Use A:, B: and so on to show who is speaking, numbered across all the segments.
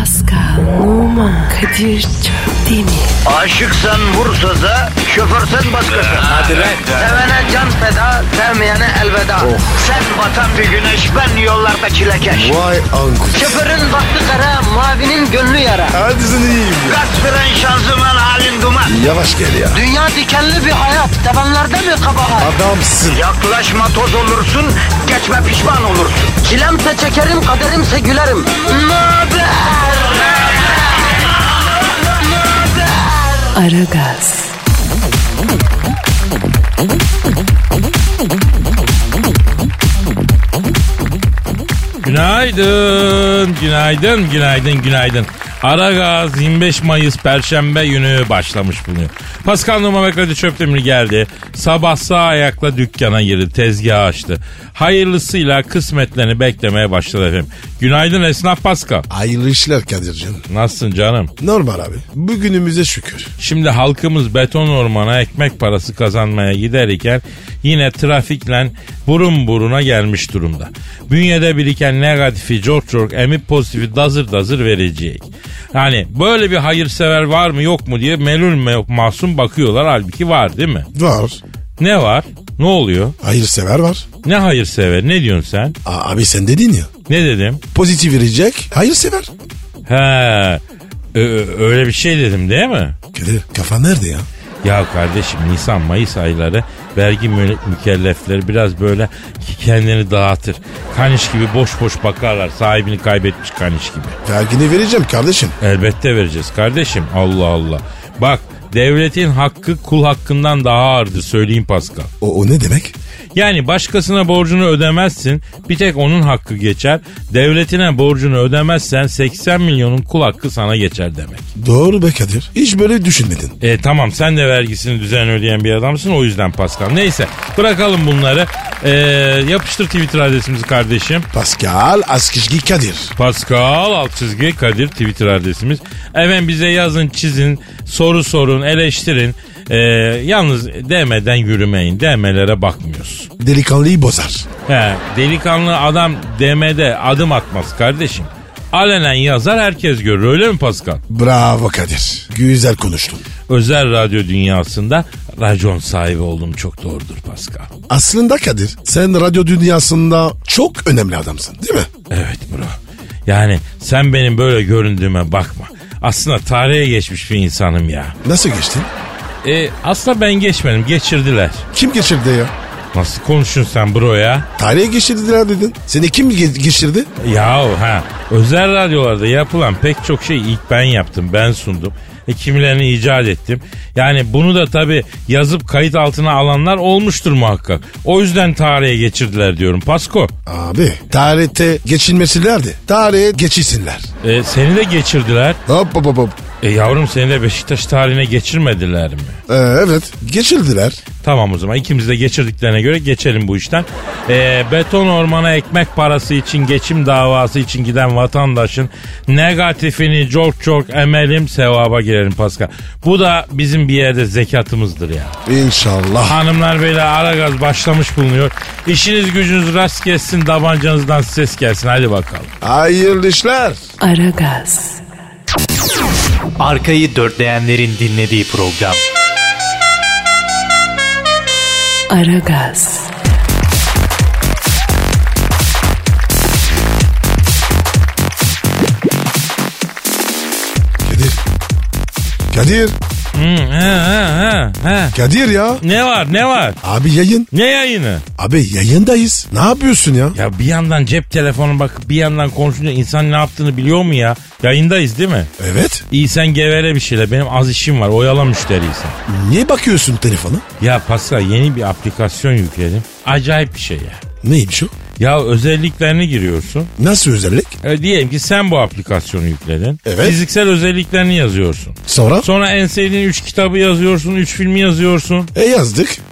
A: Pascal, Oman, Kadir çok değil mi?
B: Aşıksan vursa da, şoförsen başkasın.
C: Hadi lan.
B: Sevene can feda, sevmeyene elveda. Sen batan bir güneş, ben yollarda çilekeş.
C: Vay anku.
B: Şoförün baktı kara, mavinin gönlü yara.
C: Hadi sen iyiyim ya.
B: Kasperen şanzıman halin duman.
C: Yavaş gel ya.
B: Dünya dikenli bir hayat, sevenlerde mi kabahar?
C: Adamsın.
B: Yaklaşma toz olursun, geçme pişman olursun. Çilemse çekerim, kaderimse gülerim. Möber!
A: Aragaz.
D: Günaydın, günaydın, günaydın, günaydın. Aragaz 25 Mayıs Perşembe günü başlamış bulunuyor. Pascal Numa ve Kadir Çöptemir geldi. Sabah sağ ayakla dükkana girdi, tezgahı açtı. Hayırlısıyla kısmetlerini beklemeye başladı efendim. Günaydın esnaf Pascal.
C: Hayırlı işler Kadir'cim.
D: Nasılsın canım?
C: Normal abi. Bugünümüze şükür.
D: Şimdi halkımız beton ormana ekmek parası kazanmaya giderken yine trafikle burun buruna gelmiş durumda. Bünyede biriken negatifi çok emip pozitifi dazır verecek. Yani böyle bir hayırsever var mı yok mu diye melul masum bakıyorlar, halbuki var değil mi?
C: Var.
D: Ne var? Ne oluyor?
C: Hayırsever var.
D: Ne hayırsever? Ne diyorsun sen?
C: Abi sen dedin ya.
D: Ne dedim?
C: Pozitif verecek hayırsever.
D: He, öyle bir şey dedim değil mi?
C: Kadir kafa nerede ya?
D: Ya kardeşim, Nisan Mayıs ayları vergi mükellefleri biraz böyle kendini dağıtır. Kaniş gibi boş boş bakarlar, sahibini kaybetmiş kaniş gibi.
C: Vergini vereceğim kardeşim.
D: Elbette vereceğiz kardeşim, Allah Allah. Bak, devletin hakkı kul hakkından daha ağırdır, söyleyeyim Pascal.
C: O ne demek?
D: Yani başkasına borcunu ödemezsin, bir tek onun hakkı geçer. Devletine borcunu ödemezsen 80 milyonun kul hakkı sana geçer demek.
C: Doğru be Kadir. Hiç böyle düşünmedin.
D: Tamam, sen de vergisini düzenli ödeyen bir adamsın, o yüzden Pascal. Neyse, bırakalım bunları. Yapıştır Twitter adresimizi kardeşim.
C: Pascal Askizgi Kadir.
D: Pascal _ Kadir Twitter adresimiz. Efendim, bize yazın, çizin, soru sorun, eleştirin. Yalnız DM'den yürümeyin. DM'lere bakmıyoruz.
C: Delikanlıyı bozar.
D: Delikanlı adam DM'de adım atmaz kardeşim. Alenen yazar, herkes görür, öyle mi Pascal?
C: Bravo Kadir. Güzel konuştun.
D: Özel radyo dünyasında racon sahibi olduğum çok doğrudur Pascal.
C: Aslında Kadir, sen radyo dünyasında çok önemli adamsın değil mi?
D: Evet bro. Yani sen benim böyle göründüğüme bakma. Aslında tarihe geçmiş bir insanım ya.
C: Nasıl geçtin?
D: Aslında ben geçmedim, geçirdiler.
C: Kim geçirdi ya?
D: Nasıl konuşuyorsun sen bro ya?
C: Tarihe geçirdiler dedin. Seni kim geçirdi?
D: Yahu özel radyolarda yapılan pek çok şey ilk ben yaptım, ben sundum. Kimilerini icat ettim. Yani bunu da tabii yazıp kayıt altına alanlar olmuştur muhakkak. O yüzden tarihe geçirdiler diyorum Pasko.
C: Abi tarihte geçilmesinlerdi. Tarihe geçilsinler.
D: Seni de geçirdiler.
C: Hop.
D: Yavrum, seni de Beşiktaş tarihine geçirmediler mi?
C: Evet, geçildiler.
D: Tamam, o zaman ikimiz de geçirdiklerine göre geçelim bu işten. Beton ormana ekmek parası için, geçim davası için giden vatandaşın negatifini çok emelim, sevaba girelim Pascal. Bu da bizim bir yerde zekatımızdır ya.
C: İnşallah.
D: Hanımlar beyler, Aragaz başlamış bulunuyor. İşiniz gücünüz rast gelsin, tabancanızdan ses gelsin, hadi bakalım.
C: Hayırlı işler.
A: Aragaz.
E: Arkayı dörtleyenlerin dinlediği program.
A: Aragaz.
C: Kadir.
D: He.
C: Kadir ya.
D: Ne var?
C: Abi yayın.
D: Ne yayını?
C: Abi yayındayız. Ne yapıyorsun ya?
D: Ya bir yandan cep telefonu bakıp bir yandan konuşunca insan ne yaptığını biliyor mu ya? Yayındayız değil mi?
C: Evet.
D: İyi, sen gevere bir şeyler. Benim az işim var. Oyala müşteriyi sen.
C: Niye bakıyorsun telefona?
D: Ya Pascal, yeni bir aplikasyon yükledim. Acayip bir şey ya.
C: Neymiş o?
D: Ya özelliklerini giriyorsun.
C: Nasıl özellik?
D: Diyelim ki sen bu aplikasyonu yükledin.
C: Evet.
D: Fiziksel özelliklerini yazıyorsun.
C: Sonra?
D: Sonra en sevdiğin 3 kitabı yazıyorsun, 3 filmi yazıyorsun.
C: Yazdık.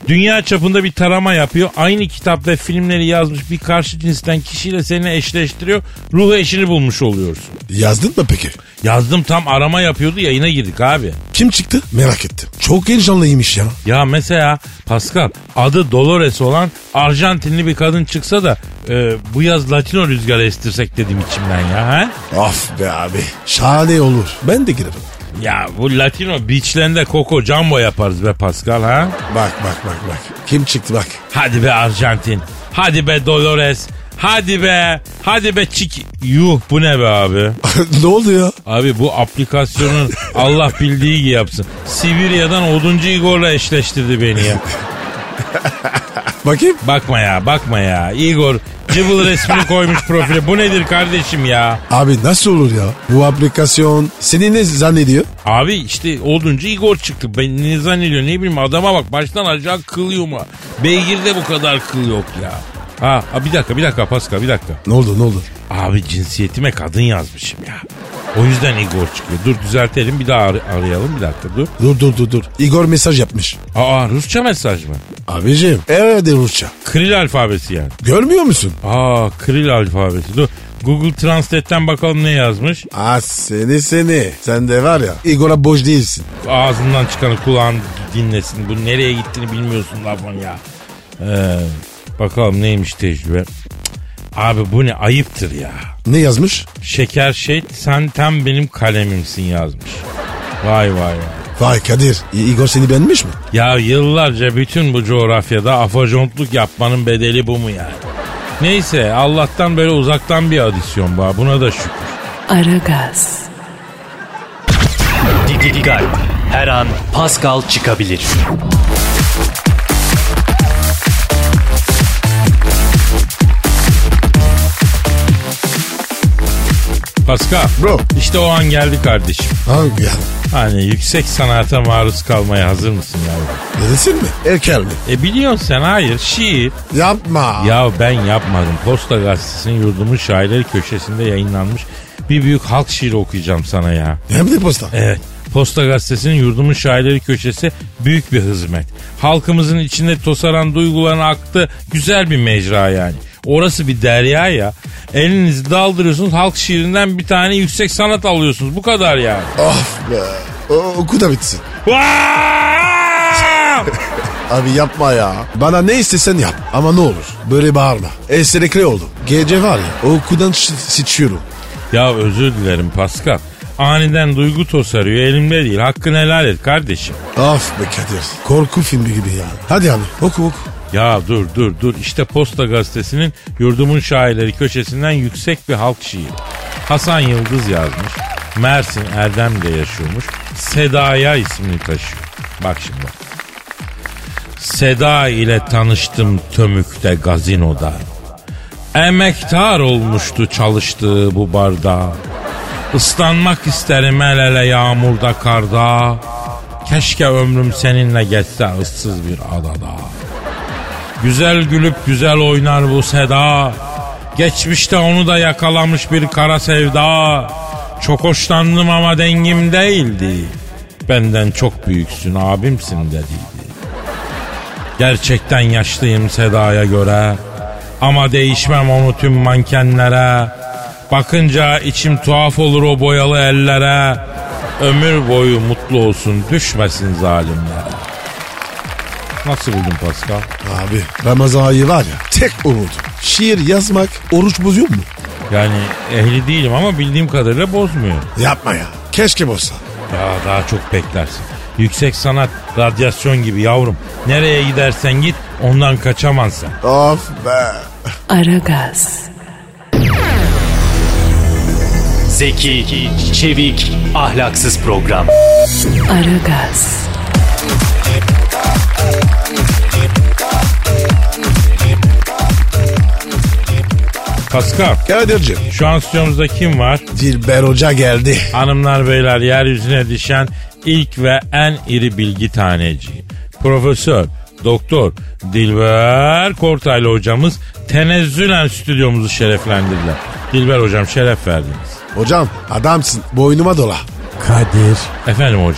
D: Dünya çapında bir tarama yapıyor. Aynı kitap ve filmleri yazmış bir karşı cinsten kişiyle seni eşleştiriyor. Ruh eşini bulmuş oluyorsun.
C: Yazdın mı peki?
D: Yazdım, tam arama yapıyordu, yayına girdik abi.
C: Kim çıktı? Merak ettim. Çok heyecanlıymış ya.
D: Ya mesela Pascal, adı Dolores olan Arjantinli bir kadın çıksa da bu yaz Latino rüzgarı estirsek dedim içimden ya. Ha?
C: Of be abi. Şahane olur. Ben de girerim.
D: Ya bu Latino beachlerinde Coco Jumbo yaparız be Pascal ha?
C: Bak. Kim çıktı bak.
D: Hadi be Arjantin. Hadi be Dolores. Hadi be Çik. Yuh, bu ne be abi?
C: Ne oldu ya?
D: Abi bu aplikasyonun Allah bildiği gibi yapsın. Sibirya'dan Oduncu Igor'la eşleştirdi beni ya.
C: Bakayım.
D: Bakma ya. Igor cıvıl resmini koymuş profile. Bu nedir kardeşim ya?
C: Abi nasıl olur ya? Bu aplikasyon seni ne zannediyor?
D: Abi işte Oduncu Igor çıktı. Ben ne zannediyor, ne bileyim, adama bak, baştan aşağı kıl yuma. Beygirde bu kadar kıl yok ya. Ha bir dakika Pascal, bir dakika.
C: Ne oldu?
D: Abi cinsiyetime kadın yazmışım ya. O yüzden Igor çıkıyor. Dur düzeltelim, bir daha arayalım, bir dakika dur.
C: Dur. Igor mesaj yapmış.
D: Aa, Rusça mesaj mı?
C: Abicim evet Rusça.
D: Kiril alfabesi yani.
C: Görmüyor musun?
D: Aa, Kiril alfabesi. Dur Google Translate'ten bakalım ne yazmış.
C: Seni. Sen de var ya Igor'a boş değilsin.
D: Ağzından çıkanı kulağın dinlesin. Bu nereye gittiğini bilmiyorsun lafın ya. Bakalım neymiş tecrübe. Abi bu ne ayıptır ya.
C: Ne yazmış?
D: Şeker sen tam benim kalemimsin yazmış. Vay.
C: Vay Kadir. Igor seni beğenmiş mi?
D: Ya yıllarca bütün bu coğrafyada afajontluk yapmanın bedeli bu mu yani? Neyse, Allah'tan böyle uzaktan bir adisyon var. Buna da şükür.
A: Aragaz.
E: Dikkat. Her an Pascal çıkabilir.
D: Pascal.
C: Bro.
D: İşte o an geldi kardeşim.
C: Abi ya.
D: Hani yüksek sanata maruz kalmaya hazır mısın yavrum?
C: Neresin mi? Erkel mi?
D: Biliyorsun sen, hayır, şiir.
C: Yapma.
D: Ya ben yapmadım. Posta Gazetesi'nin Yurdumun Şairleri köşesinde yayınlanmış bir büyük halk şiiri okuyacağım sana ya.
C: Hem de posta.
D: Evet. Posta Gazetesi'nin Yurdumun Şairleri köşesi büyük bir hizmet. Halkımızın içinde tosaran duyguların aktığı güzel bir mecra yani. Orası bir derya ya. Elinizi daldırıyorsunuz, halk şiirinden bir tane yüksek sanat alıyorsunuz. Bu kadar yani.
C: Of be. Oku da bitsin. Abi yapma ya. Bana ne istesen yap. Ama ne olur böyle bağırma. Esrekli oldum. Gece var ya okudan sıçıyorum.
D: Ya özür dilerim Pascal. Aniden duygu tosarıyor, elimde değil. Hakkını helal et kardeşim.
C: Of be Kadir. Korku filmi gibi ya. Hadi abi oku.
D: Ya dur. İşte Posta Gazetesi'nin Yurdumun Şairleri köşesinden yüksek bir halk şiiri. Hasan Yıldız yazmış. Mersin Erdem'de yaşıyormuş. Seda'ya ismini taşıyor. Bak şimdi. Seda ile tanıştım Tömük'te gazinoda. Emektar olmuştu çalıştığı bu barda. Islanmak isterim el ele yağmurda karda. Keşke ömrüm seninle geçse ıssız bir adada. Güzel gülüp güzel oynar bu Seda. Geçmişte onu da yakalamış bir kara sevda. Çok hoşlandım ama dengim değildi. Benden çok büyüksün abimsin dediydi. Gerçekten yaşlıyım Seda'ya göre. Ama değişmem onu tüm mankenlere. Bakınca içim tuhaf olur o boyalı ellere. Ömür boyu mutlu olsun, düşmesin zalimlere. Nasıl buldun Pascal?
C: Abi Ramazan ayı var ya tek umudum. Şiir yazmak oruç bozuyor mu?
D: Yani ehli değilim ama bildiğim kadarıyla bozmuyor.
C: Yapma ya. Keşke bozsa.
D: Ya daha çok beklersin. Yüksek sanat radyasyon gibi yavrum. Nereye gidersen git ondan kaçamazsın.
C: Of be.
A: Aragaz.
E: Zeki, çevik, ahlaksız program.
A: Aragaz.
D: Pascal,
C: Kadir'cim.
D: şu an stüdyomuzda kim var?
C: Dilber Hoca geldi.
D: Hanımlar beyler, yeryüzüne düşen ilk ve en iri bilgi taneci. Profesör, Doktor Dilber Kortaylı hocamız tenezzülen stüdyomuzu şereflendirdiler. Dilber hocam, şeref verdiniz.
C: Hocam adamsın boynuma dola.
F: Kadir,
D: Efendim hocam.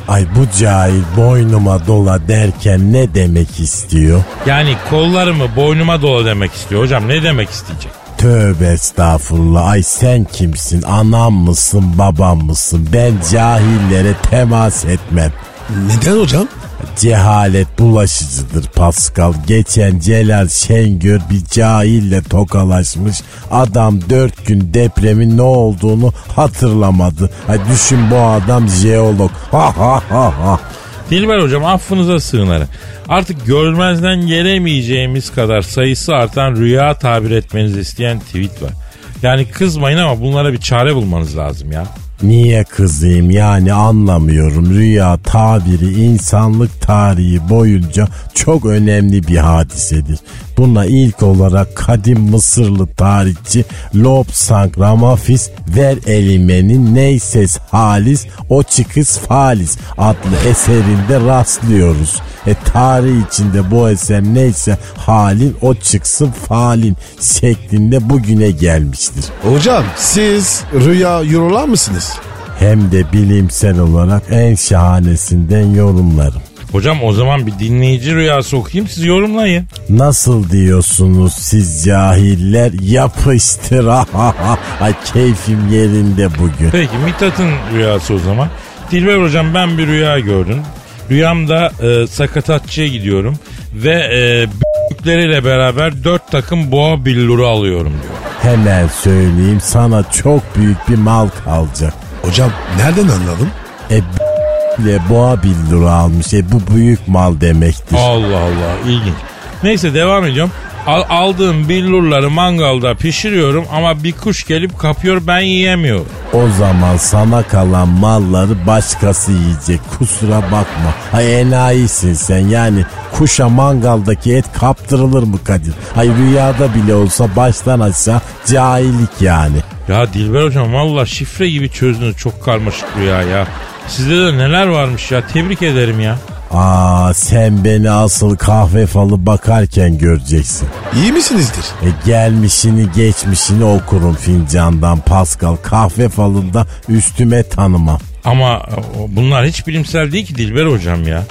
F: Ay bu cahil boynuma dola derken ne demek istiyor?
D: Yani kollarımı boynuma dola demek istiyor hocam. Ne demek isteyecek?
F: Tövbe estağfurullah. Ay sen kimsin? Anam mısın, babam mısın? Ben cahillere temas etmem.
C: Neden hocam?
F: Cehalet bulaşıcıdır Pascal. Geçen Celal Şengör bir cahille tokalaşmış. Adam 4 gün depremin ne olduğunu hatırlamadı. Ay düşün, bu adam jeolog. Ha ha ha ha.
D: Dilber hocam, affınıza sığınarım. Artık görmezden gelemeyeceğimiz kadar sayısı artan rüya tabir etmenizi isteyen tweet var. Yani kızmayın ama bunlara bir çare bulmanız lazım ya.
F: Niye kızayım yani, anlamıyorum. Rüya tabiri insanlık tarihi boyunca çok önemli bir hadisedir. Buna ilk olarak kadim Mısırlı tarihçi Lobsang Ramafis Ver Elime'nin Neyses Halis O Çıkız Falis adlı eserinde rastlıyoruz. Tarih içinde bu eser neyse halin o çıksın falin şeklinde bugüne gelmiştir.
C: Hocam siz rüya yorumlar mısınız?
F: Hem de bilimsel olarak en şahanesinden yorumlarım.
D: Hocam o zaman bir dinleyici rüyası okuyayım, siz yorumlayın.
F: Nasıl diyorsunuz siz cahiller? Yapıştır. Ay keyfim yerinde bugün.
D: Peki Mithat'ın rüyası o zaman. Dilber hocam, ben bir rüya gördüm. Rüyamda sakatatçıya gidiyorum ve büyükleriyle beraber 4 takım boğa billuru alıyorum diyor.
F: Hemen söyleyeyim, sana çok büyük bir mal kalacak.
C: Hocam nereden anladın?
F: Boğa billuru almış. Bu büyük mal demektir.
D: Allah Allah, ilginç. Neyse devam ediyorum. Aldığım billurları mangalda pişiriyorum ama bir kuş gelip kapıyor, ben yiyemiyorum.
F: O zaman sana kalan malları başkası yiyecek, kusura bakma. Hay enayisin sen, yani kuşa mangaldaki et kaptırılır mı Kadir? Hay rüyada bile olsa baştan aşağı cahillik yani.
D: Ya Dilber hocam, valla şifre gibi çözdünüz çok karmaşık rüya ya. Sizde de neler varmış ya, tebrik ederim ya.
F: Sen beni asıl kahve falı bakarken göreceksin.
C: İyi misinizdir?
F: Gelmişini geçmişini okurum fincandan Pascal. Kahve falında üstüme tanımam.
D: Ama bunlar hiç bilimsel değil ki Dilber hocam ya.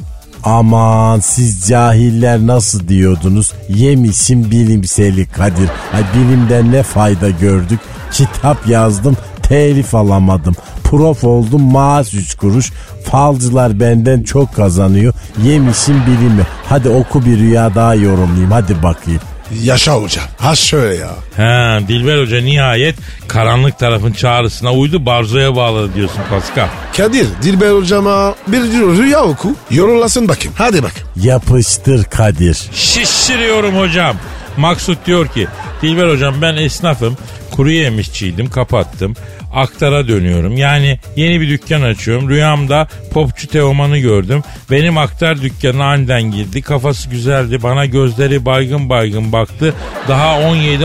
F: Aman siz cahiller nasıl diyordunuz? Yemişim bilimseli Kadir. Bilimden ne fayda gördük? Kitap yazdım, telif alamadım. Prof oldum, maaş 3 kuruş. Falcılar benden çok kazanıyor. Yemişim bilimi. Hadi oku bir rüya daha yorumlayayım. Hadi bakayım.
C: Yaşa hocam. Ha şöyle ya.
D: Dilber Hoca nihayet karanlık tarafın çağrısına uydu, barzoya bağladı diyorsun Pascal.
C: Kadir, Dilber hocama bir rüya oku. Yorumlasın bakayım. Hadi bak.
F: Yapıştır Kadir.
D: Şişiriyorum hocam. Maksut diyor ki, Dilber hocam ben esnafım. Kuru yemişçiydim, kapattım. Aktara dönüyorum. Yani yeni bir dükkan açıyorum. Rüyamda popçu Teoman'ı gördüm. Benim aktar dükkanına aniden girdi. Kafası güzeldi. Bana gözleri baygın baygın baktı. Daha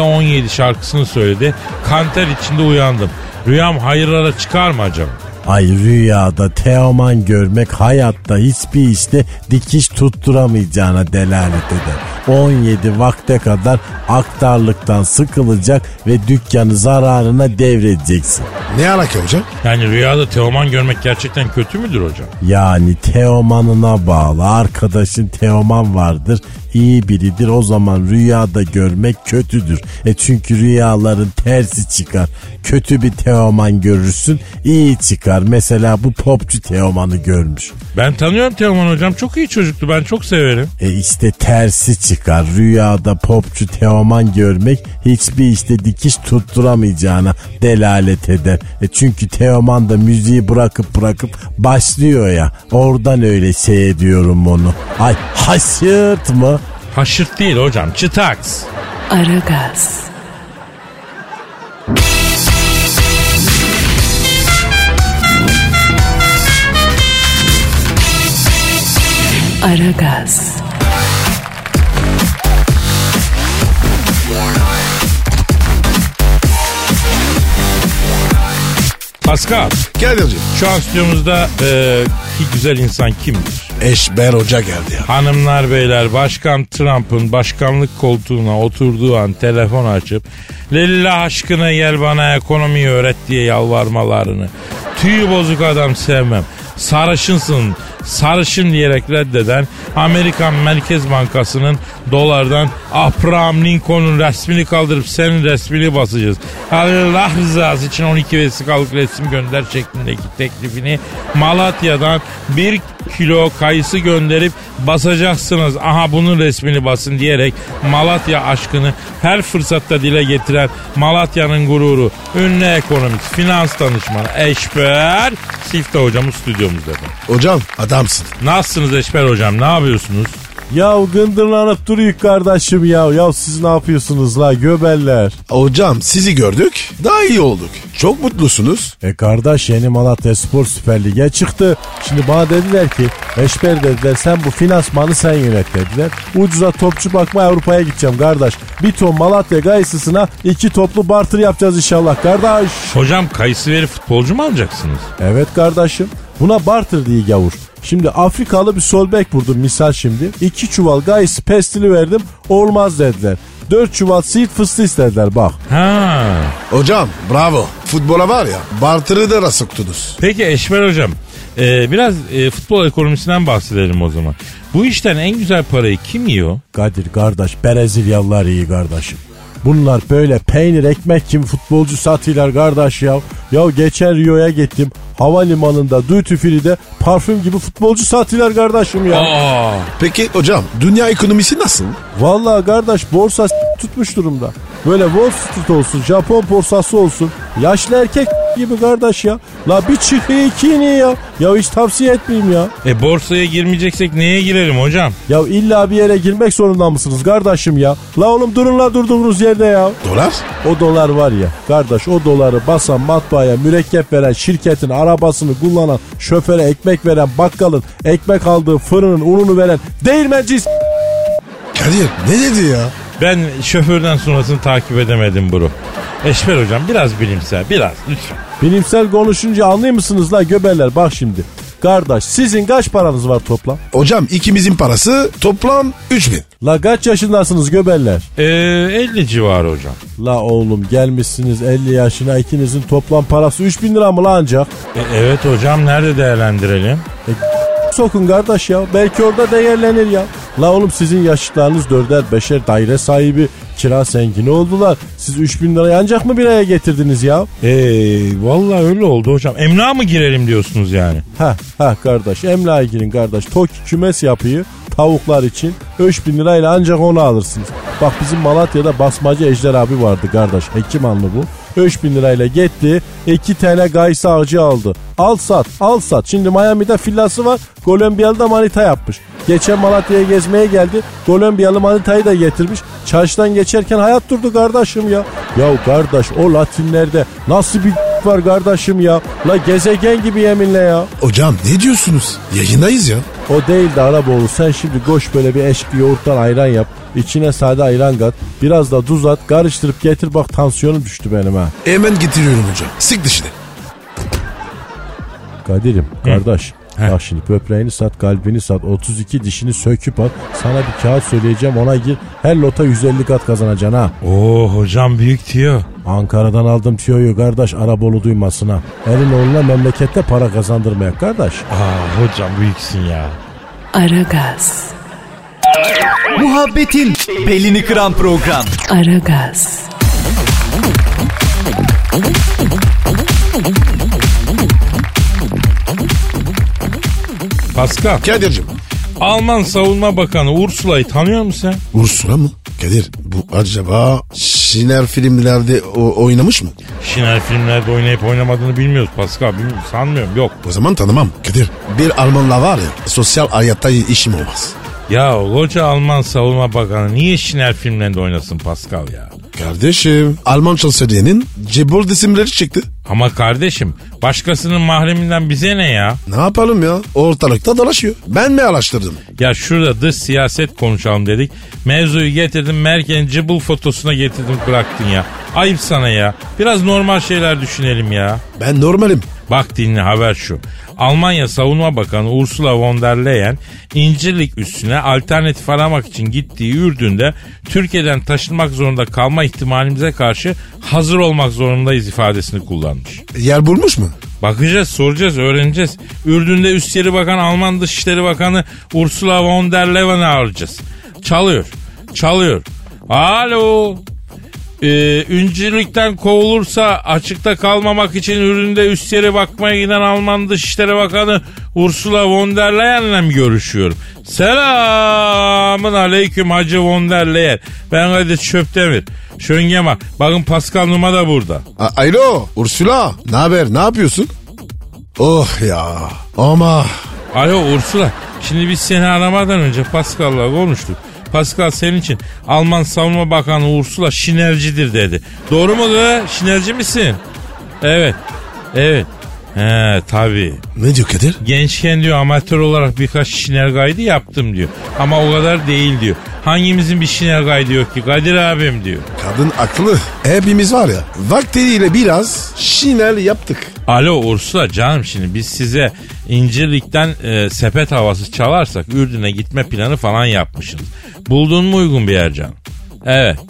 D: 17 şarkısını söyledi. Kanter içinde uyandım. Rüyam hayırlara çıkar mı acaba?
F: Ay rüyada Teoman görmek hayatta hiçbir işte dikiş tutturamayacağına delalet eder. 17 vakte kadar aktarlıktan sıkılacak ve dükkanı zararına devredeceksin.
C: Ne alaka hocam?
D: Yani rüyada Teoman görmek gerçekten kötü müdür hocam?
F: Yani Teoman'ına bağlı. Arkadaşın Teoman vardır, iyi biridir, o zaman rüyada görmek kötüdür. Çünkü rüyaların tersi çıkar. Kötü bir Teoman görürsün, iyi çıkar. Mesela bu popçu Teoman'ı görmüş.
D: Ben tanıyorum Teoman hocam, çok iyi çocuktu, ben çok severim.
F: İşte tersi çıkar. Rüyada popçu Teoman görmek hiçbir işte dikiş tutturamayacağına delalet eder. Çünkü Teoman da müziği bırakıp başlıyor ya. Oradan öyle şey ediyorum onu. Ay haşırt mı?
D: Haşırt değil hocam, çıtaks.
A: Aragaz. Aragaz.
D: Pascal,
C: Kadir'cim.
D: şu an stüdyomuzda ki güzel insan kimdir?
C: Eşber Hoca geldi ya.
D: Hanımlar beyler, Başkan Trump'ın başkanlık koltuğuna oturduğu an telefon açıp "Lillah aşkına gel bana ekonomiyi öğret" diye yalvarmalarını, tüyü bozuk adam sevmem, sarışınsın, sarışın diyerek reddeden Amerikan Merkez Bankası'nın dolardan Abraham Lincoln'un resmini kaldırıp senin resmini basacağız. Allah rızası için 12 vesikalık resim gönder şeklindeki teklifini Malatya'dan 1 kilo kayısı gönderip basacaksınız. Aha bunun resmini basın diyerek Malatya aşkını her fırsatta dile getiren Malatya'nın gururu, ünlü ekonomist, finans danışmanı Eşber Sifte hocamız stüdyomuzda.
C: Hocam adamsın.
D: Nasılsınız Eşber hocam, ne yapıyorsunuz?
F: Ya gındırlanıp duruyor kardeşim ya. Ya siz ne yapıyorsunuz la göbeller?
C: Hocam sizi gördük daha iyi olduk. Çok mutlusunuz.
F: Kardeş yeni Malatya Spor Süper Lig'e çıktı. Şimdi bana dediler ki Eşber dediler sen bu finansmanı sen yönet dediler. Ucuza topçu bakma Avrupa'ya gideceğim kardeş. Bir ton Malatya kayısısına 2 toplu barter yapacağız inşallah kardeş.
D: Hocam kayısı verip futbolcu mu alacaksınız?
F: Evet kardeşim. Buna barter diye gavur. Şimdi Afrikalı bir sol bek vurdum misal şimdi. 2 çuval gayısı pestili verdim olmaz dediler. 4 çuval siirt fıstığı istediler bak.
D: Ha.
C: Hocam bravo. Futbola var ya bartırı da soktunuz.
D: Peki Eşber hocam biraz futbol ekonomisinden bahsedelim o zaman. Bu işten en güzel parayı kim yiyor?
F: Kadir kardeş Brezilyalılar iyi kardeşim. Bunlar böyle peynir ekmek gibi futbolcu satıyorlar kardeş ya. Ya geçen Rio'ya gittim. Havalimanında duty free'de parfüm gibi futbolcu satıyorlar kardeşim ya.
D: Aa.
C: Peki hocam dünya ekonomisi nasıl?
F: Vallahi kardeş borsa tutmuş durumda. Böyle Wall Street olsun, Japon borsası olsun. Yaşlı erkek gibi kardeş ya. La bir çıkıyor 2 iğne ya. Ya hiç tavsiye etmeyeyim ya.
D: Borsaya girmeyeceksek neye girelim hocam?
F: Ya illa bir yere girmek zorunda mısınız kardeşim ya? La oğlum durun la durduğunuz yerde ya.
C: Dolar?
F: O dolar var ya kardeş o doları basan matbaaya mürekkep veren şirketin arabasını kullanan şoföre ekmek veren bakkalın ekmek aldığı fırının ununu veren değirmenci
C: Kadir ne dedi ya?
D: Ben şoförden sonrasını takip edemedim bro. Eşber hocam biraz bilimsel, biraz lütfen.
F: Bilimsel konuşunca anlıyor musunuz la göbeler? Bak şimdi. Kardeş sizin kaç paranız var toplam?
C: Hocam ikimizin parası toplam 3000.
F: La kaç yaşındasınız göbeller?
D: 50 civarı hocam.
F: La oğlum gelmişsiniz 50 yaşına ikinizin toplam parası 3000 lira mı la ancak?
D: Evet hocam nerede değerlendirelim?
F: Sokun kardeş ya belki orada değerlenir ya. La oğlum sizin yaşıtlarınız 4'er 5'er daire sahibi kira zengini oldular. Siz 3000 lirayı ancak mı bir aya getirdiniz ya?
D: Vallahi öyle oldu hocam. Emlağa mı girelim diyorsunuz yani?
F: Ha kardeş emlağa girin kardeş. Toki kümes yapıyı tavuklar için 3000 lirayla ancak onu alırsınız. Bak bizim Malatya'da basmacı Ejder abi vardı kardeş. Hekimanlı bu. 3000 lirayla gitti 2 tane gayısı ağacı aldı. Al sat. Şimdi Miami'de villası var. Kolombiyalı da manita yapmış. Geçen Malatya'ya gezmeye geldi. Kolombiyalı manitayı da getirmiş. Çarşıdan geçerken hayat durdu kardeşim ya. Ya kardeş o Latinlerde nasıl bir var kardeşim ya. La gezegen gibi yeminle ya.
C: Hocam ne diyorsunuz? Yayındayız ya.
F: O değil de Araboğlu sen şimdi koş böyle bir eşki yoğurttan ayran yap. İçine sade ayran kat. Biraz da tuz at. Karıştırıp getir bak tansiyonum düştü benim ha.
C: Hemen getiriyorum hocam. Sık dişini.
F: Kadir'im kardeş. Bak şimdi böbreğini sat kalbini sat 32 dişini söküp at. Sana bir kağıt söyleyeceğim ona gir. Her lota 150 kat kazanacaksın ha.
D: Oo hocam büyük tiyo.
F: Ankara'dan aldım tiyoyu kardeş Araboğlu duymasın ha. Elin oğluna memlekette para kazandırmaya kardeş.
D: Hocam büyüksün ya.
A: Aragaz.
E: Muhabbetin belini kıran program.
A: Aragaz.
D: Pascal.
C: Kadir'cim.
D: Alman Savunma Bakanı Ursula'yı tanıyor musun sen?
C: Ursula mı? Kadir bu acaba Şiner filmlerde oynamış mı?
D: Şiner filmlerde oynayıp oynamadığını bilmiyoruz Pascal. Sanmıyorum yok.
C: O zaman tanımam Kadir. Bir Almanla var ya sosyal hayatta işim olmaz.
D: Ya koca Alman Savunma Bakanı niye Şiner filmlerinde oynasın Pascal ya?
C: Kardeşim Alman Çalseriye'nin Cebol isimleri çıktı.
D: Ama kardeşim başkasının mahreminden bize ne ya?
C: Ne yapalım ya? Ortalıkta dolaşıyor. Ben mi araştırdım?
D: Ya şurada dış siyaset konuşalım dedik. Mevzuyu getirdim Merkel'in cıbıl fotosuna getirdim bıraktın ya. Ayıp sana ya. Biraz normal şeyler düşünelim ya.
C: Ben normalim.
D: Bak dinle haber şu. Almanya Savunma Bakanı Ursula von der Leyen İncirlik üssüne alternatif aramak için gittiği Ürdün'de Türkiye'den taşınmak zorunda kalma ihtimalimize karşı hazır olmak zorundayız ifadesini kullanmış.
C: Yer bulmuş mu?
D: Bakacağız, soracağız, öğreneceğiz. Ürdün'de Üstleri Bakan Alman Dışişleri Bakanı Ursula von der Leyen'i arayacağız. Çalıyor. Alo. Üncülükten kovulursa açıkta kalmamak için Ürdün'de Üstleri bakmaya giden Alman Dışişleri Bakanı Ursula von der Leyen'le mi görüşüyorum? Selamın aleyküm Hacı von der Leyen. Ben Kadir Çöptemir. Şöngema. Bakın Pascal Numa da burada.
C: Alo Ursula, ne haber, ne yapıyorsun? Oh ya ama.
D: Alo Ursula. Şimdi biz seni aramadan önce Pascal'la konuştuk. Pascal senin için Alman Savunma Bakanı Ursula şinercidir dedi. Doğru mu kız? Şinerci misin? Evet. He tabii.
C: Ne diyor Kadir?
D: Gençken diyor amatör olarak birkaç şiner kaydı yaptım diyor. Ama o kadar değil diyor. Hangimizin bir şiner kaydı yok ki Kadir abim diyor.
C: Kadın akıllı. Hepimiz var ya vaktiyle biraz şinel yaptık.
D: Alo Ursula canım, şimdi biz size İncirlik'ten sepet havası çalarsak Ürdün'e gitme planı falan yapmışsınız. Buldun mu uygun bir yer canım? Evet.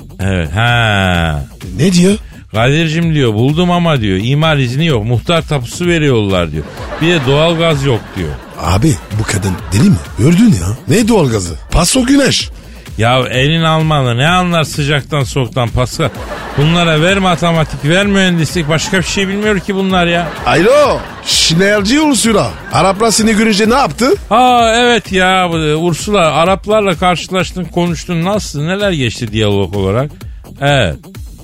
D: Ha.
C: Ne diyor?
D: Kadir'cim diyor buldum ama diyor imar izni yok, muhtar tapusu veriyorlar diyor. Bir de doğalgaz yok diyor.
C: Abi bu kadın deli mi? Gördün ya. Ne doğalgazı? Paso güneş.
D: Ya elin Almanı ne anlar sıcaktan soğuktan Pascal. Bunlara ver matematik, ver mühendislik, başka bir şey bilmiyor ki bunlar ya.
C: Alo şinerci Ursula. Araplar seni görünce ne yaptı?
D: Evet ya Ursula, Araplarla karşılaştın, konuştun, nasıl, neler geçti diyalog olarak? Evet.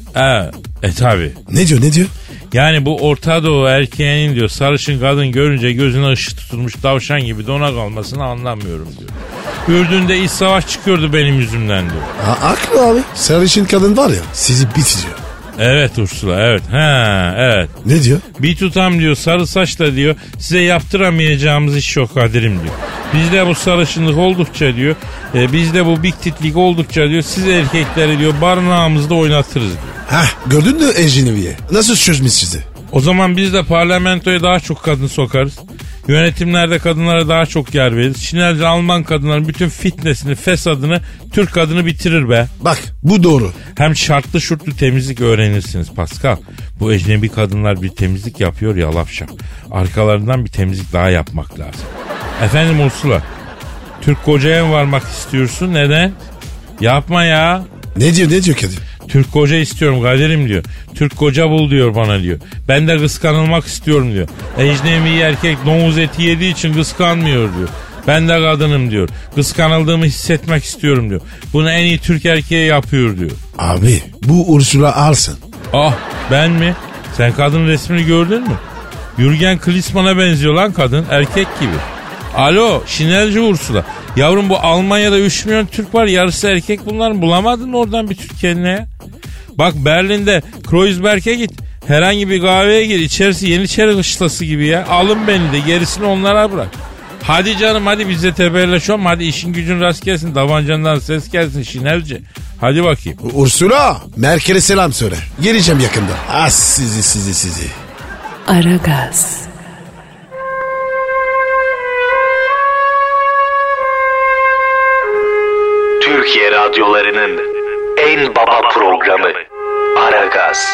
D: Tabi.
C: Ne diyor?
D: Yani bu Orta Doğu erkeğinin diyor sarışın kadın görünce gözüne ışık tutulmuş tavşan gibi dona kalmasını anlamıyorum diyor. Ürdün'de iç savaş çıkıyordu benim yüzümden diyor.
C: Haklı abi. Sarışın kadın var ya sizi bitiriyor.
D: Evet Ursula, evet. Evet.
C: Ne diyor?
D: Bir tutam diyor sarı saçla diyor size yaptıramayacağımız iş yok Kadir'im diyor. Bizde bu sarışınlık oldukça diyor, bizde bu big titlik oldukça diyor siz erkekleri diyor barınağımızda oynatırız diyor.
C: Gördün mü Ejneviye? Nasıl çözmüş sizi?
D: O zaman biz de parlamentoya daha çok kadın sokarız. Yönetimlerde kadınlara daha çok yer veririz. Şinerci Alman kadınların bütün fitnesini, fesadını Türk kadını bitirir be.
C: Bak bu doğru.
D: Hem şartlı şurtlu temizlik öğrenirsiniz Pascal. Bu ecnebi kadınlar bir temizlik yapıyor ya lafşap. Arkalarından bir temizlik daha yapmak lazım. Efendim Ursula, Türk kocaya mı varmak istiyorsun? Neden? Yapma ya.
C: Ne diyor Kadir?
D: Türk koca istiyorum Kadir'im diyor. Türk koca bul diyor bana diyor. Ben de kıskanılmak istiyorum diyor. Ecnebi erkek domuz eti yediği için kıskanmıyor diyor. Ben de kadınım diyor. Kıskanıldığımı hissetmek istiyorum diyor. Bunu en iyi Türk erkeği yapıyor diyor.
C: Abi bu Ursula alsın.
D: Ben mi? Sen kadın resmini gördün mü? Jürgen Klinsmann'a benziyor lan kadın. Erkek gibi. Alo şinerci Ursula. Yavrum bu Almanya'da 3 milyon Türk var, yarısı erkek, bunların bulamadın oradan bir Türk kendine. Bak Berlin'de Kreuzberg'e git. Herhangi bir kahveye gir, içerisi Yeniçeri kışlası gibi ya. Alın beni de gerisini onlara bırak. Hadi canım hadi bize tebelleşelim, hadi işin gücün rast gelsin, tabancandan ses gelsin şinerci. Hadi bakayım.
C: Ursula Merkel'e selam söyle. Geleceğim yakında. Sizi.
A: Aragaz.
G: Türkiye radyolarının en baba programı Aragaz.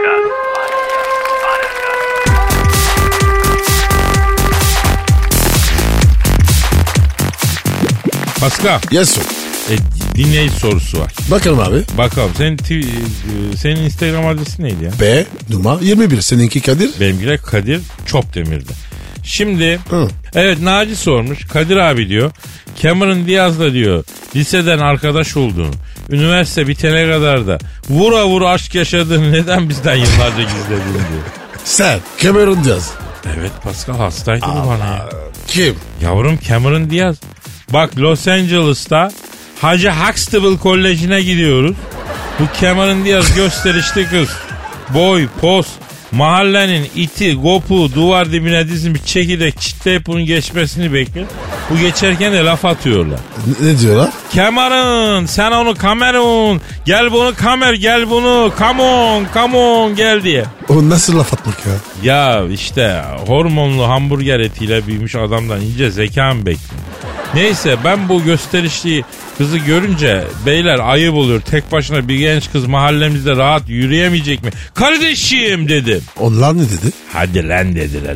D: Pascal.
C: Yes sir.
D: Dinleyici sorusu var.
C: Bakalım abi.
D: Bakalım. Senin Instagram adresi neydi ya?
C: B numara 21. Seninki Kadir?
D: Benimki de Kadir Çopdemir'de. Şimdi evet Naci sormuş. Kadir abi diyor Cameron Diaz'la diyor liseden arkadaş olduğunu, üniversite bitene kadar da vura aşk yaşadığını neden bizden yıllarca gizledin diyor.
C: Sen Cameron Diaz.
D: Evet Pascal hastaydı bu bana ya.
C: Kim?
D: Yavrum Cameron Diaz. Bak Los Angeles'ta Hacı Huxtable Koleji'ne gidiyoruz. Bu Cameron Diaz gösterişli kız. Boy, poz, mahallenin iti, gopu, duvar dibine dizilmiş çekirdek çitleyip bunun geçmesini bekliyor. Bu geçerken de laf atıyorlar.
C: Ne diyorlar?
D: Cameron, sen onu Cameron, gel bunu Camer, gel bunu, come on gel diye.
C: O nasıl laf atmak ya?
D: Ya işte hormonlu hamburger etiyle büyümüş adamdan ince zeka mı bekliyor? Neyse ben bu gösterişliği Kızı görünce beyler ayıp oluyor. Tek başına bir genç kız mahallemizde rahat yürüyemeyecek mi? Kardeşim dedim.
C: Onlar ne dedi?
D: Hadi lan dediler.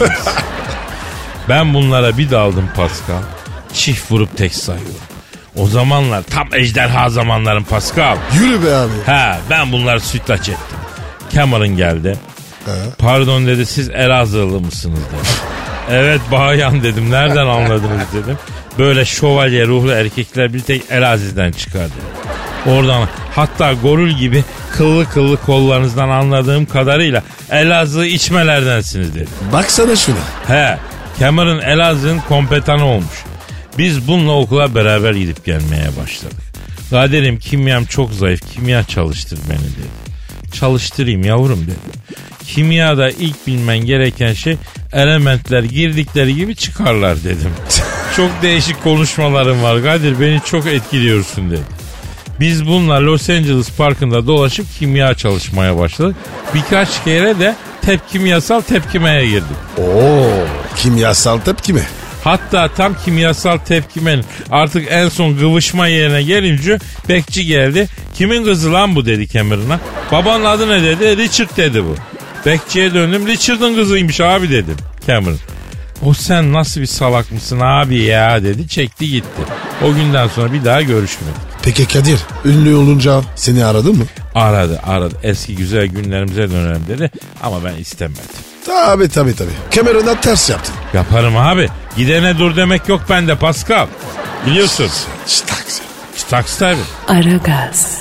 D: Ben bunlara bir daldım Pascal. Çift vurup tek sayıyorum. O zamanlar tam ejderha zamanların Pascal.
C: Yürü be abi.
D: Ha, ben bunları sütlaç ettim. Cameron geldi. Pardon dedi, siz Elazığlı mısınız dedi. Evet bayan dedim, nereden anladınız dedim. Böyle şövalye ruhlu erkekler bir tek Elazığ'dan çıkar dedi. Oradan hatta goril gibi kıllı kıllı kollarınızdan anladığım kadarıyla Elazığ içmelerdensiniz dedi.
C: Baksana şuna.
D: He, Cameron Elazığ'ın kompetanı olmuş. Biz bununla okula beraber gidip gelmeye başladık. Kaderim kimyam çok zayıf, kimya çalıştır beni dedi. Çalıştırayım yavrum dedi. Kimyada ilk bilmen gereken şey elementler girdikleri gibi çıkarlar dedim. Çok değişik konuşmalarım var Kadir, beni çok etkiliyorsun dedi. Biz bununla Los Angeles Parkı'nda dolaşıp kimya çalışmaya başladık. Birkaç kere de kimyasal tepkimeye girdik.
C: Oo, kimyasal tepkime.
D: Hatta tam kimyasal tepkimenin artık en son gıvışma yerine gelince bekçi geldi. Kimin kızı lan bu dedi Cameron'a. Babanın adı ne dedi? Richard dedi bu. Bekçiye döndüm, Richard'ın kızıymış abi dedim Cameron. O sen nasıl bir salak mısın abi ya dedi, çekti gitti. O günden sonra bir daha görüşmedik.
C: Peki Kadir, ünlü olunca seni aradı mı?
D: Aradı. Eski güzel günlerimize dönelim dedi ama ben istemedim.
C: Tabii. Cameron'a ters yaptın.
D: Yaparım abi. Gidene dur demek yok bende Pascal. Biliyorsun. Taksi tabii.
A: Aragaz.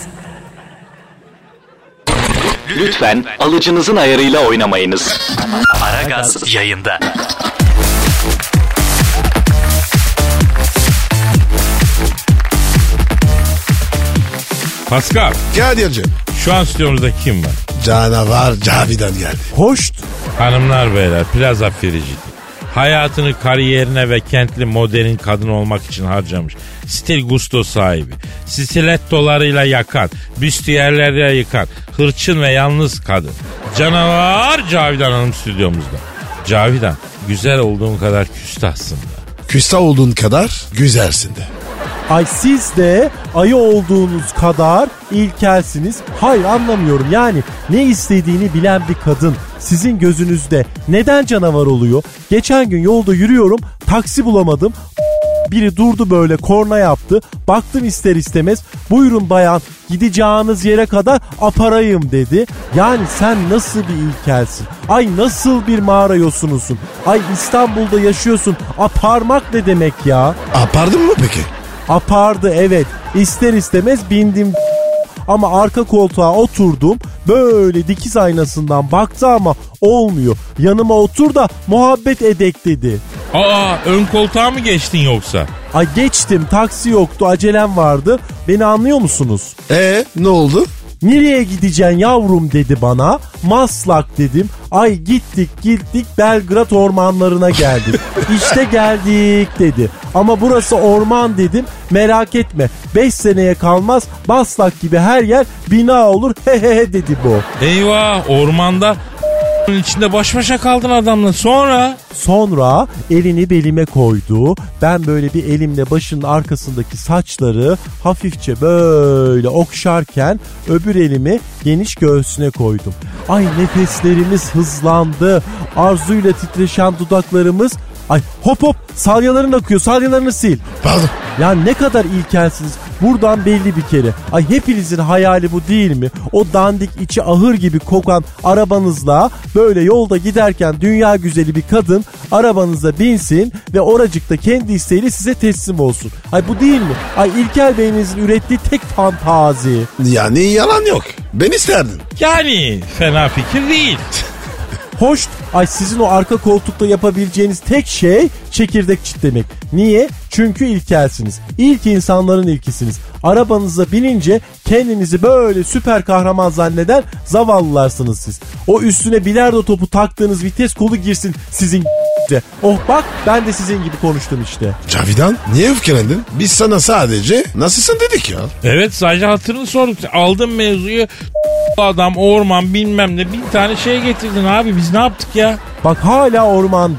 G: Lütfen alıcınızın ayarıyla oynamayınız. Aragaz yayında.
D: Pascal.
C: Kadir'cim.
D: Şu an stüdyomuzda kim var?
C: Canavar Cavidan geldi.
F: Hoş.
D: Hanımlar beyler, plaza fricidi. Hayatını kariyerine ve kentli modern kadın olmak için harcamış. Stil gusto sahibi. Stilettolarıyla yakan, büstiyerlerle yıkan, hırçın ve yalnız kadın. Canavar Cavidan Hanım stüdyomuzda. Cavidan, güzel olduğun kadar küstahsın da.
C: Küstah olduğun kadar güzelsin de.
F: Ay siz de ayı olduğunuz kadar ilkelsiniz. Hayır anlamıyorum yani ne istediğini bilen bir kadın sizin gözünüzde neden canavar oluyor? Geçen gün yolda yürüyorum, taksi bulamadım. Biri durdu böyle, korna yaptı. Baktım ister istemez, buyurun bayan gideceğiniz yere kadar aparayım dedi. Yani sen nasıl bir ilkelsin? Ay nasıl bir mağara yosunusun? Ay İstanbul'da yaşıyorsun, aparmak ne demek ya?
C: Apardın mı peki?
F: Apardı evet, ister istemez bindim ama arka koltuğa oturdum, böyle dikiz aynasından baktı ama olmuyor. Yanıma otur da muhabbet edek dedi.
D: Aa, ön koltuğa mı geçtin yoksa?
F: Ay geçtim, taksi yoktu, acelem vardı. Beni anlıyor musunuz?
C: Ne oldu?
F: Nereye gideceksin yavrum dedi bana. Maslak dedim. Ay gittik Belgrad ormanlarına geldik. İşte geldik dedi. Ama burası orman dedim. Merak etme 5 seneye kalmaz, Maslak gibi her yer bina olur hehehe dedi bu.
D: Eyvah, ormanda içinde baş başa kaldın adamla. Sonra
F: elini belime koydu. Ben böyle bir elimle başının arkasındaki saçları hafifçe böyle okşarken öbür elimi geniş göğsüne koydum. Ay nefeslerimiz hızlandı. Arzuyla titreşen dudaklarımız. Ay hop salyaların akıyor, salyalarını sil.
C: Pardon.
F: Ya ne kadar ilkelsiniz. Buradan belli bir kere. Ay hepinizin hayali bu değil mi? O dandik içi ahır gibi kokan arabanızla böyle yolda giderken dünya güzeli bir kadın arabanıza binsin ve oracıkta kendi isteğiyle size teslim olsun. Ay bu değil mi? Ay İlker Bey'inizin ürettiği tek fantazi.
C: Yani yalan yok. Ben isterdim.
D: yani fena fikir değil.
F: Hoş. Ay sizin o arka koltukta yapabileceğiniz tek şey çekirdek çitlemek. Niye? Çünkü ilkelsiniz. İlk insanların ilkisiniz. Arabanıza binince kendinizi böyle süper kahraman zanneden zavallılarsınız siz. O üstüne bilardo topu taktığınız vites kolu girsin sizin oh bak ben de sizin gibi konuştum işte.
C: Cavidan niye öfkelendin? Biz sana sadece nasılsın dedik ya.
D: Evet, sadece hatırını sorduk. Aldın mevzuyu, adam, orman bilmem ne, bir tane şey getirdin abi, biz ne yaptık ya?
F: Bak hala orman diyor.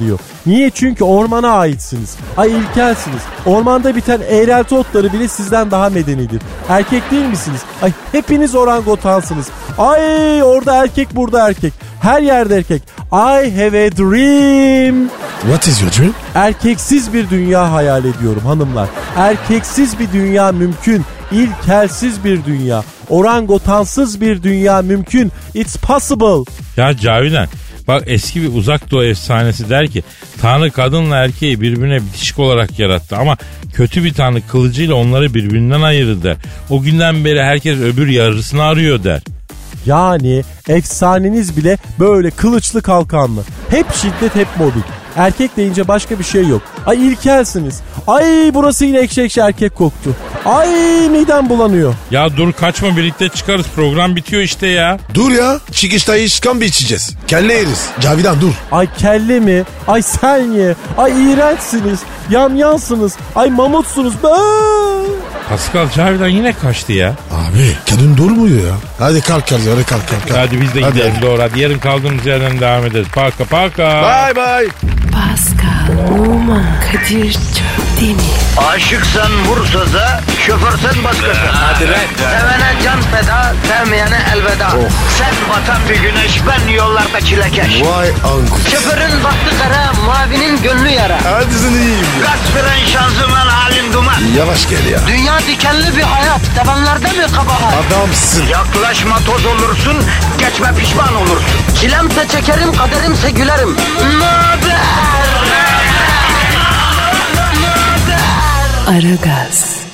F: Niye? Çünkü ormana aitsiniz. Ay ilkelsiniz. Ormanda biten eğrelti otları bile sizden daha medenidir. Erkek değil misiniz? Ay hepiniz orangotansınız. Ay orada erkek, burada erkek. Her yerde erkek. I have a dream.
C: What is your dream?
F: Erkeksiz bir dünya hayal ediyorum hanımlar. Erkeksiz bir dünya mümkün. İlkelsiz bir dünya. Orangotansız bir dünya mümkün. It's possible.
D: Ya Cavidan, bak eski bir uzak doğu efsanesi der ki Tanrı kadınla erkeği birbirine bitişik olarak yarattı ama kötü bir Tanrı kılıcıyla onları birbirinden ayırdı der. O günden beri herkes öbür yarısını arıyor der.
F: Yani efsaneniz bile böyle kılıçlı kalkanlı. Hep şiddet, hep mobbing. Erkek deyince başka bir şey yok. Ay ilkelsiniz. Ay burası yine ekşi erkek koktu. Ay midem bulanıyor.
D: Ya dur kaçma, birlikte çıkarız, program bitiyor işte ya.
C: Dur ya. Çıkışta işkambi içeceğiz. Kelle yeriz. Cavidan dur.
F: Ay kelle mi? Ay sen ye. Ay iğrençsiniz. Yamyansınız. Ay mamutsunuz.
D: Pascal, Cavidan yine kaçtı ya.
C: Abi kadın durmuyor ya. Hadi kalk.
D: Hadi biz de gidelim doğru. Hadi yarın kaldığımız yerden devam ederiz. Paka.
C: Bye bye.
A: Pascal, Oman, Kadir çok değil mi?
B: Aşıksan vursa da, şoförsen başkasın. Hadi
G: lan.
B: Sevene can feda, sevmeyene elveda. Sen batan bir güneş, ben yollarda çilekeş.
C: Vay anku.
B: Şoförün baktı kara, mavinin gönlü yara.
C: Hadi sen iyiyim ya.
B: Kasperen şanzıman halin duman.
C: Yavaş gel ya.
B: Dünya dikenli bir hayat, sevenlerde mi kabahar?
C: Adamsın.
B: Yaklaşma toz olursun, geçme pişman olursun. Çilemse çekerim, kaderimse gülerim. Möber!
A: Aragaz.